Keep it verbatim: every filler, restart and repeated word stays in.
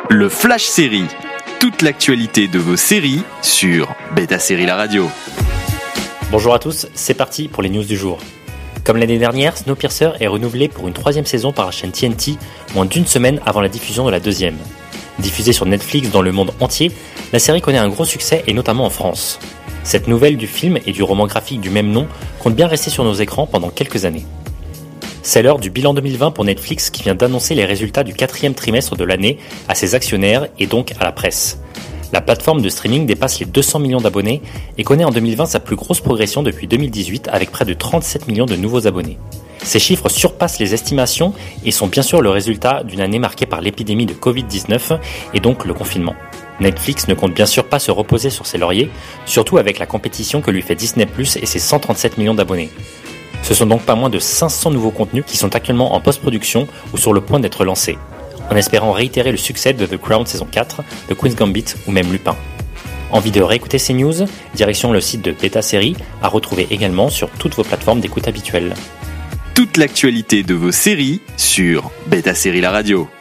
Le Flash Série. Toute l'actualité de vos séries sur Beta Série La Radio. Bonjour à tous, c'est parti pour les news du jour. Comme l'année dernière, Snowpiercer est renouvelé pour une troisième saison par la chaîne T N T, moins d'une semaine avant la diffusion de la deuxième. Diffusée sur Netflix dans le monde entier, la série connaît un gros succès et notamment en France. Cette nouvelle du film et du roman graphique du même nom compte bien rester sur nos écrans pendant quelques années. C'est l'heure du bilan deux mille vingt pour Netflix qui vient d'annoncer les résultats du quatrième trimestre de l'année à ses actionnaires et donc à la presse. La plateforme de streaming dépasse les deux cents millions d'abonnés et connaît en deux mille vingt sa plus grosse progression depuis deux mille dix-huit avec près de trente-sept millions de nouveaux abonnés. Ces chiffres surpassent les estimations et sont bien sûr le résultat d'une année marquée par l'épidémie de covid dix-neuf et donc le confinement. Netflix ne compte bien sûr pas se reposer sur ses lauriers, surtout avec la compétition que lui fait Disney plus, et ses cent trente-sept millions d'abonnés. Ce sont donc pas moins de cinq cents nouveaux contenus qui sont actuellement en post-production ou sur le point d'être lancés, en espérant réitérer le succès de The Crown saison quatre, de Queen's Gambit ou même Lupin. Envie de réécouter ces news? Direction le site de Beta Série, à retrouver également sur toutes vos plateformes d'écoute habituelles. Toute l'actualité de vos séries sur Beta Série La Radio.